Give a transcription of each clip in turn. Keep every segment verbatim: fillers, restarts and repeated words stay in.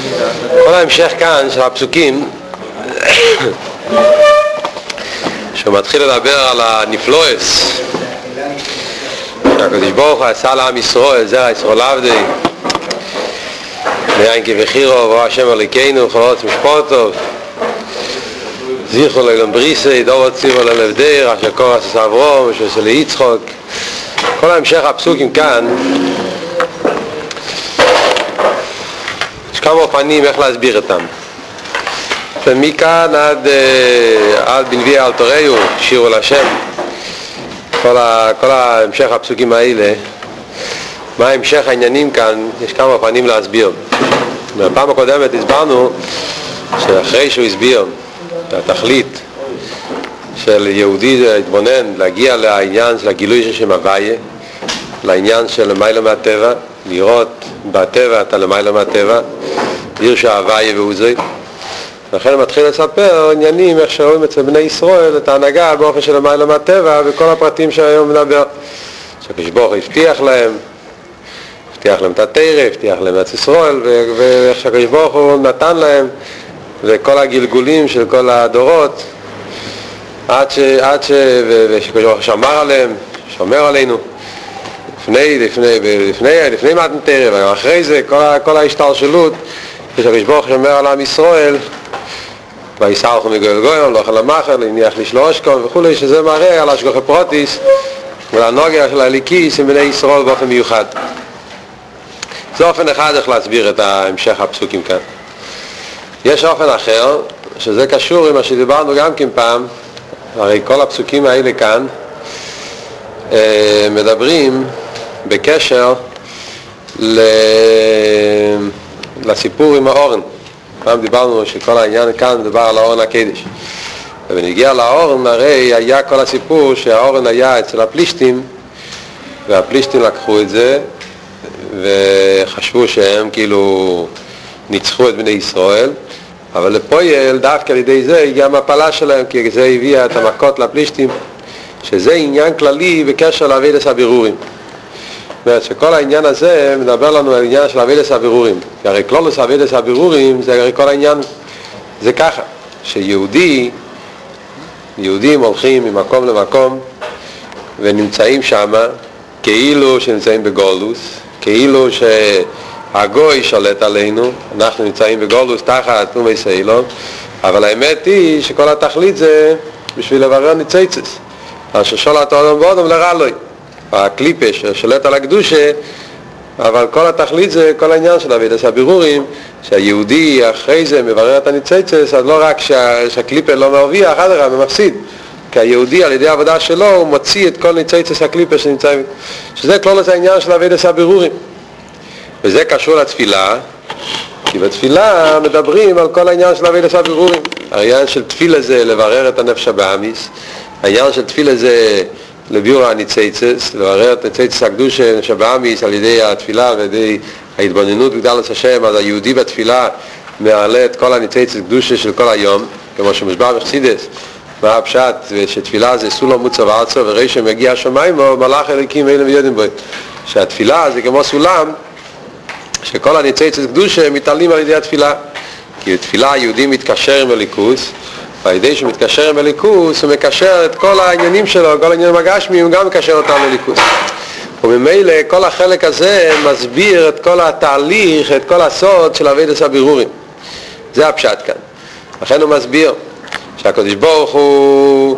כל ההמשך כאן של הפסוקים שהוא מתחיל לדבר על הנפלואס שהקדוש ברוך הוא עשה לעם ישראל, זרע ישראל עבדי ויין כבחירו ובוא השם אלוקינו חלוץ משפוטו זיכרו לעולם בריסי דור ציבו ללבדר אשר קורס עשה אברום אשר עשה ליצחוק. כל ההמשך הפסוקים כאן יש כמה פנים איך להסביר אותם, ומכאן עד עד בנביאי אלתרעו שירו להשם, כל, ה, כל ההמשך הפסוקים האלה, מה המשך העניינים כאן, יש כמה פנים להסביר. בפעם הקודמת הסברנו שאחרי שהוא הסביר התכלית של יהודי להתבונן, להגיע לעניין של הגילוי של שם הוויה, לעניין של למעלה מהטבע, לראות בטבע אתה למעלה מהטבע, לראות שההוויה והוא זה. לכן הוא מתחיל לספר עניינים איך שרואים אצל בני ישראל את ההנהגה באופן של למעלה מהטבע וכל הפרטים שהיום מדבר. שהקדוש ברוך הוא הבטיח להם, הבטיח להם את התורה, הבטיח להם את ישראל, ואיך שהקדוש ברוך הוא נתן להם, וכל הגלגולים של כל הדורות, עד ש... עד ש... ושקדוש ברוך הוא שמר עליהם, שומר עלינו, לפני, לפני, לפני, לפני מתן תורה, ואחרי זה כל, כל ההשתלשלות, כשהקדוש ברוך הוא שומר על עם ישראל, ויסערכו מגויל גויים, לא אכל המחר, להניח לשלושכם וכולי, שזה מראה על השגחה פרוטיס, ולנוגע של הליקיס עם בני ישראל באופן מיוחד. זה אופן אחד איך להסביר את המשך הפסוקים כאן. יש אופן אחר, שזה קשור עם מה שדיברנו גם כן פעם, הרי כל הפסוקים האלה כאן אה, מדברים בקשר ל... לסיפור עם האורן. פעם דיברנו שכל העניין כאן מדבר על האורן הקדש. ונגיע לאורן, הרי היה כל הסיפור שהאורן היה אצל הפלישתים, והפלישתים לקחו את זה, וחשבו שהם כאילו ניצחו את בני ישראל, אבל לפועל דווקא על ידי זה הגיעה המפלה שלהם, כי זה הביא את המכות לפלישתים, שזה עניין כללי בקשר לעבודת הבירורים. זאת אומרת שכל העניין הזה מדבר לנו על עניין של עבודת הבירורים, כי הרי כלולוס עבודת הבירורים זה הרי כל העניין זה ככה, שיהודי יהודים הולכים ממקום למקום ונמצאים שם כאילו שנמצאים בגולוס, כאילו שהגוי שולט עלינו, אנחנו נמצאים בגולוס תחת אומי סיילון, אבל האמת היא שכל התכלית זה בשביל לברר ניצייצס, אשר שולט אדם באדם לרע לו, הקליפה ששולט על הקדושה, אבל כל התכלית זה כל העניין של עבודת הבירורים, שהיהודי אחרי זה מברר את הניצייצס, אז לא רק שה, שהקליפה לא מרוויח, אדרבה ומפסיד, כי היהודי על ידי העבודה שלו הוא מוציא את כל ניצייצס הקליפה שנמצאים, שזה כלולוס העניין של עבודת הבירורים. וזה קשור לתפילה, כי בתפילה מדברים על כל העניין של עבודת הבירורים. העניין של תפילה זה לברר את הנפש הבאמיס, העניין של תפילה זה לביור הניצייצס, לברר את ניצייצס הקדושה נפש הבאמיס על ידי התפילה ועל ידי ההתבוננות בגדולת השם. אז היהודי בתפילה מעלה את כל הניצייצס הקדושה של כל היום, כמו שמוסבר בחסידות, מה הפשט שתפילה זה סולם מוצב ארצו ורישם מגיע השמיים ומלאך אלוקים אלה ויודעים בו, שהתפילה זה כמו סולם שכל הניצייצס קדושה מתעלים על ידי התפילה, כי בתפילה היהודי מתקשר עם הליכוס, ועל ידי שהוא מתקשר עם הליכוס הוא מקשר את כל העניינים שלו, כל העניינים הגשמיים הוא גם מקשר אותם לליכוס, וממילא כל החלק הזה מסביר את כל התהליך, את כל הסוד של עבודת הבירורים. זה הפשט כאן. לכן הוא מסביר שהקדוש ברוך הוא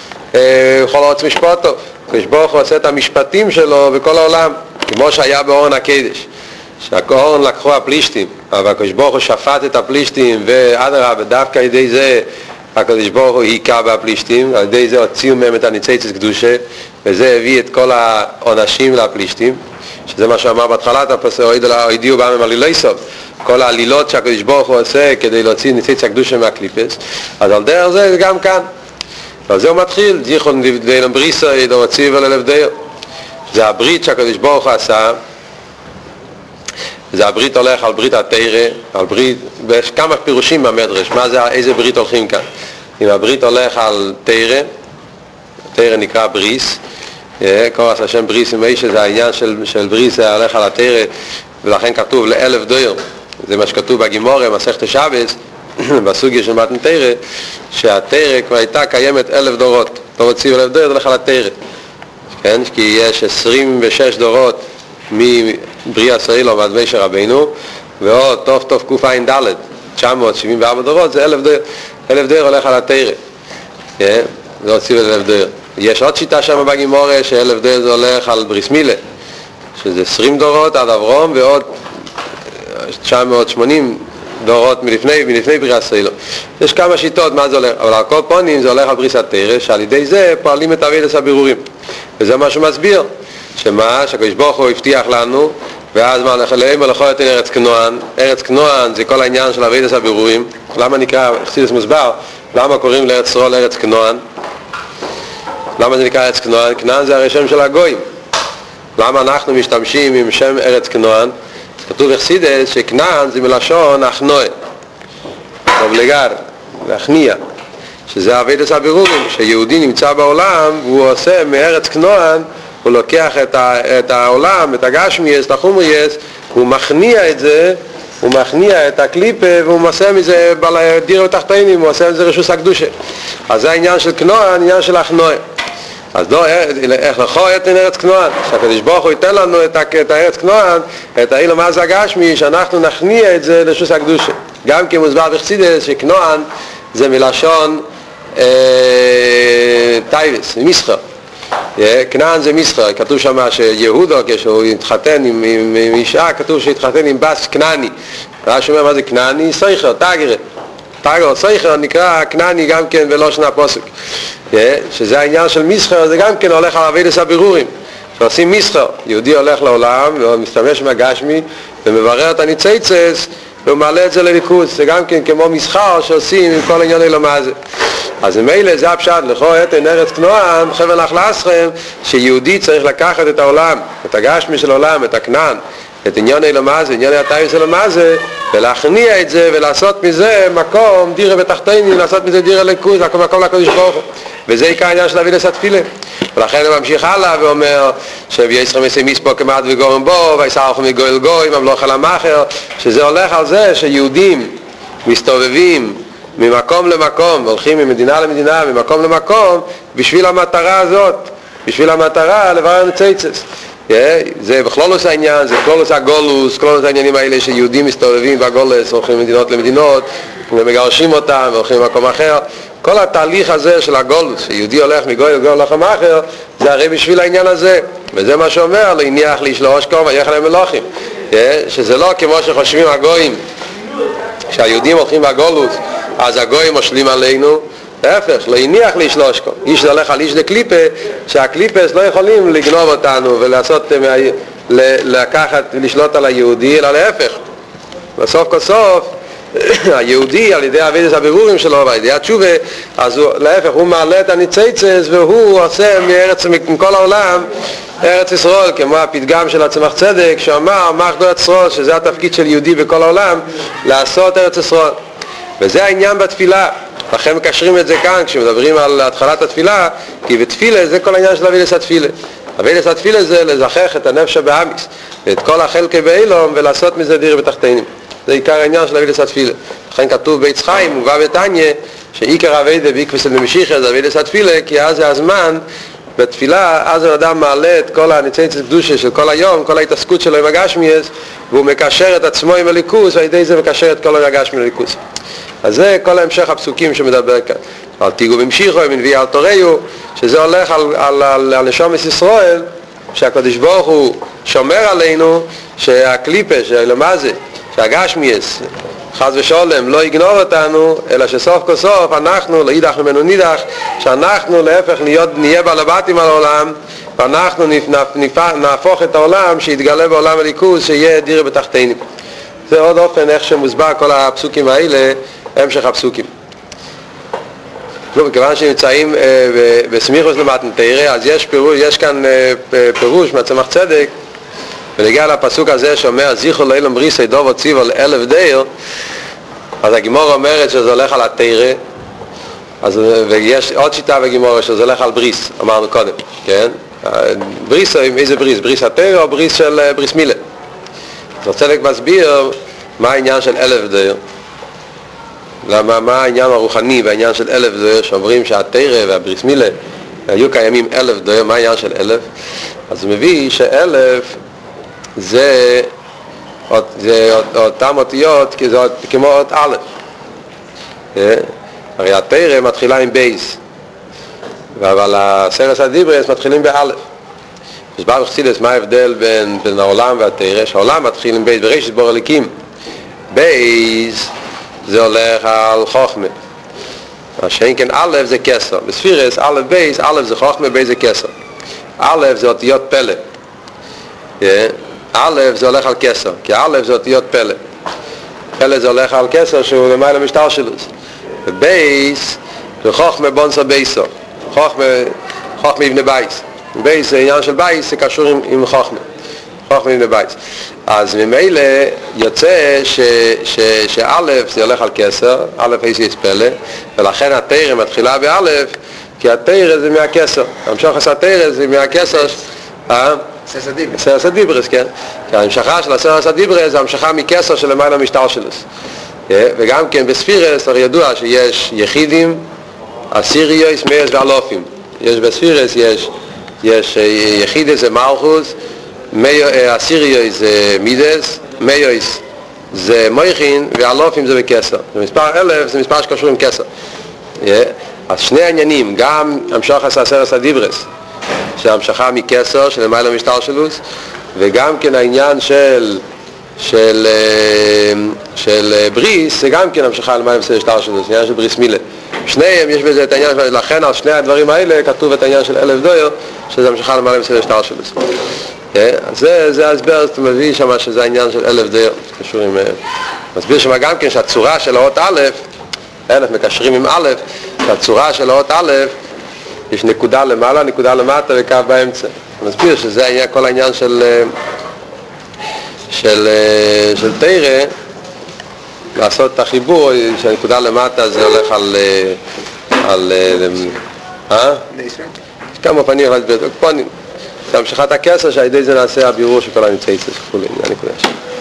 יכול לעוץ משפט טוב, הקדוש ברוך הוא עושה את המשפטים שלו בכל העולם, כמו שהיה באורן הקדש, שהאורן לקחו הפלישתים, אבל הקדוש ברוך הוא שפט את הפלישתים, ואדרבה דווקא על ידי זה הקדוש ברוך הוא היכה בהפלישתים, על ידי זה הוציאו מהם את הניצייצס קדושה, וזה הביא את כל העונשים לפלישתים, שזה מה שאמר בהתחלת הפסוק, הודיעו בהם עלילי סוף, כל העלילות שהקדוש ברוך הוא עושה כדי להוציא ניצייצס הקדושה מהקליפס. אז על דרך זה זה גם כאן, ועל זה הוא מתחיל, זיכרון לעולם בריסי דור ציבו ללבדר, זה הברית שהקדוש ברוך הוא עשה, זה הברית הולך על ברית התורה, על ברית, יש כמה פירושים במדרש, מה זה, איזה ברית הולכים כאן. אם הברית הולך על תורה, תורה נקרא בריס, קורס השם בריס עם אישה, זה העניין של, של בריס, זה הולך על התורה, ולכן כתוב לאלף דור, זה מה שכתוב בגימורה, מסכת שבס, בסוגיה של מתן תורה, שהתורה כבר הייתה קיימת אלף דורות. לא רוצים אלף דורות, הולך על התורה. כן? כי יש עשרים ושש דורות מבריאה סוילום ועד משה רבינו, ועוד טוב טוב קע"ד, תשע מאות שבעים וארבע דורות, זה אלף דור, אלף דור הולך על התורה. כן? לא רוצים אלף דור. יש עוד שיטה שם בגימורה, שאלף דור זה הולך על בריס מילה, שזה עשרים דורות עד אברהם, ועוד תשע מאות ושמונים דורות מלפני, מלפני בריאה סוילום. יש כמה שיטות מה זה הולך, אבל על כל פונים זה הולך על בריס התורה, שעל ידי זה פועלים את עבודת הבירורים. וזה מה שהוא מסביר, שמה, שהקדוש ברוך הוא הבטיח לנו, ואז מה, לאמור לכל ייתן ארץ כנען. ארץ כנען זה כל העניין של עבודת הבירורים. למה נקרא, חסידות מוסבר, למה קוראים לארץ ישראל ארץ כנען? למה זה נקרא ארץ כנען? כנען זה הרי שם של הגויים. למה אנחנו משתמשים עם שם ארץ כנען? כתוב בחסידות שכנען זה מלשון הכנועה, טוב לגר, להכניע, שזה עבודת הבירורים, שיהודי נמצא בעולם והוא עושה מארץ כנען, הוא לוקח את, ה, את העולם, את הגשמיאס, את החומריאס, הוא מכניע את זה, הוא מכניע את הקליפה והוא עושה מזה דיר ותחתינים, הוא עושה מזה רשוס הקדושה. אז זה העניין של כנען, העניין של הכנועה. אז לא, איך לכל ייתן ארץ כנען, שהקדוש ברוך הוא ייתן לנו את, את הארץ כנען, את האילו מה זה הגשמי, שאנחנו נכניע את זה לשוס הקדושה. גם כי מוסבר בחסידות שכנען זה מלשון אה, טייבס, מסחר. כנען זה מסחר, כתוב שם שיהודו כשהוא התחתן עם, עם, עם אישה, כתוב שהתחתן עם בס כנעני. רש"י אומר מה זה כנעני? סייחר, תגרה. תגרה, סייחר נקרא כנעני גם כן בלושן הפסוק. שזה העניין של מסחר, זה גם כן הולך על עבודת הבירורים. שעושים מסחר, יהודי הולך לעולם ומשתמש מהגשמי ומברר את הניצייצס והוא מעלה את זה לליכוז. זה גם כן כמו מסחר שעושים עם כל עניין אלו מה זה. אז ממילא זה הפשט, לכל ייתן ארץ כנען, חבל נחלסכם, שיהודי צריך לקחת את העולם, את הגשמי של העולם, את הכנען, את עניין אלו מה זה, עניין הטייס אלו מה זה, ולהכניע את זה ולעשות מזה מקום דירה בתחתינים, לעשות מזה דירה ליכוז, מקום לקדוש ברוך הוא. וזה עיקר העניין של עבודת התפילה. ולכן הוא ממשיך הלאה ואומר שבישראל מסיים מספו כמעט וגורם בו ויסערכם מגוי גוי ממלוך על המאחר, שזה הולך על זה שיהודים מסתובבים ממקום למקום, הולכים ממדינה למדינה, ממקום למקום, בשביל המטרה הזאת, בשביל המטרה לברר ניצייצס. זה בכלולוס העניין, זה כלולוס הגולוס, כלולוס העניינים האלה שיהודים מסתובבים בגולוס, הולכים ממדינות למדינות, ומגרשים אותם, והולכים למקום אחר. כל התהליך הזה של הגולוס, שיהודי הולך מגוי לגוי לחם אחר, זה הרי בשביל העניין הזה. וזה מה שאומר, להניח לאיש לאוש קום ויחל להם מלוכים. שזה לא כמו שחושבים הגויים, שהיהודים הולכים בגולוס, אז הגויים מושלים עלינו, להפך, להניח לאיש לאוש קום. איש זה הולך על איש לקליפה, שהקליפס לא יכולים לגנוב אותנו ולעשות, לקחת, לשלוט על היהודי, אלא להפך. בסוף כל סוף, היהודי על ידי עבודת הבירורים שלו ועל ידי התשובה, אז הוא, להפך, הוא מעלה את הניצייצס והוא עושה מארץ, מכל העולם ארץ ישראל, כמו הפתגם של הצמח צדק שאמר מחדו ארץ ישראל, שזה התפקיד של יהודי בכל העולם, לעשות ארץ ישראל. וזה העניין בתפילה. לכן מקשרים את זה כאן כשמדברים על התחלת התפילה, כי בתפילה זה כל העניין של עבודת התפילה. עבודת התפילה זה לזכח את הנפש הבאמיס ואת כל החלקי באילום ולעשות מזה דיר בתחתינים. זה עיקר העניין של עבודת התפילה. לכן כתוב בית חיים מובא בתניא שעיקר עבודת בעקבותא דמשיחא זה עבודת התפילה, כי אז זה הזמן בתפילה, אז האדם מעלה את כל הניצייצס קדושה של כל היום, כל ההתעסקות שלו עם הגשמיאס, והוא מקשר את עצמו עם הליכוס, ועל ידי זה מקשר את כל הגשמי לליכוס. אז זה כל המשך הפסוקים שמדבר כאן. על תיגו במשיחו, מנביאי על תוריו, שזה הולך על, על, על, על נשומת ישראל, שהקדוש ברוך הוא שומר עלינו, שהקליפה, שלמה זה, שהגשמיאס, חס ושולם, לא יגנוב אותנו, אלא שסוף כל סוף אנחנו, לא יידח ממנו נידח, שאנחנו להפך להיות, נהיה בעל הבתים על העולם, ואנחנו נהפוך את העולם, שיתגלה בעולם הליכוז, שיהיה דיר בתחתינים. זה עוד אופן איך שמוסבר כל הפסוקים האלה, המשך הפסוקים. מכיוון שנמצאים בסמיכוס למתן תורה, אז יש פירוש, יש כאן פירוש מהצמח צדק, ונגיע לפסוק הזה שאומר זיכרו לעילום בריסי דובו ציבו לאלף דיר, אז הגימורה אומרת שזה הולך על התורה, אז ויש עוד שיטה בגימורה שזה הולך על בריס, אמרנו קודם, כן? בריס, איזה בריס? בריס התורה או בריס של בריס מילה? אז צדק מסביר מה העניין של אלף דויר? למה, מה העניין הרוחני בעניין של אלף דויר, שאומרים שהתורה והבריס מילה היו קיימים אלף דויר, מה העניין של אלף? אז הוא מביא שאלף זה, זה אותם אותיות כמו אות א', הרי התורה מתחילה עם בייס, אבל הסרס הדיברס מתחילים באלף. אז ברוך חסידס, מה ההבדל בין, בין העולם והתורה? שהעולם מתחיל עם בייס, בראשית בור אליקים בייס זה הולך על חוכמה, מה שאין כן א' זה כסר. בספירס א' בייס, א' זה חוכמה, בייס זה כסר. א' זה אותיות פלא, א' זה הולך על כסר, כי א' זה אותיות פלא, פלא זה הולך על כסר שהוא למעלה משטר שלו, ובייס זה חוכמה בונסה בייסו, חוכמה, חוכמה יבנה בייס. בייס זה עניין של בייס, זה קשור עם, עם חוכמה, חוכמה יבנה בייס. אז ממילא יוצא ש, ש, שאלף זה הולך על כסר, אלף איסיס פלא, ולכן התורה מתחילה באלף, כי התורה זה מהכסר, המשוך עשה התורה זה מהכסר, אה? סרס הדיברס, כן? כי ההמשכה של הסרס הדיברס זה המשכה מכסר של למעלה משטר שלו. וגם כן בספירס הרי ידוע שיש יחידים, אסיריוס, מייס ואלופים. יש בספירס, יש, יש יחידס זה מלכוס, אסיריוס זה מידס, מייס זה מויכין ואלופים זה בכסר. מספר אלף זה מספר שקשור עם כסר. אז שני העניינים, גם המשוך עשה הסרס הדיברס, שהמשכה מכסר של למעלה משטר שלוס, וגם כן העניין של של של בריס, זה גם כן המשכה למעלה משטר שלוס, העניין של בריס מילה. שניהם יש בזה את העניין, לכן על שני הדברים האלה כתוב את העניין של אלף דויר, שזה המשכה למעלה משטר שלוס. זה זה ההסבר, אתה מביא שם שזה העניין של אלף דויר, קשור עם, מסביר שם גם כן שהצורה של האות א', אלף מקשרים עם א', שהצורה של האות א', יש נקודה למעלה, נקודה למטה וקו באמצע. אני מסביר שזה העניין, כל העניין של של של תורה, לעשות את החיבור, שהנקודה למטה זה הולך על על אה? כמה פנים להסביר, פה זה המשכת הכסר, שהידי זה נעשה הבירור של כל הנמצאי וכולי, הנקודה שם.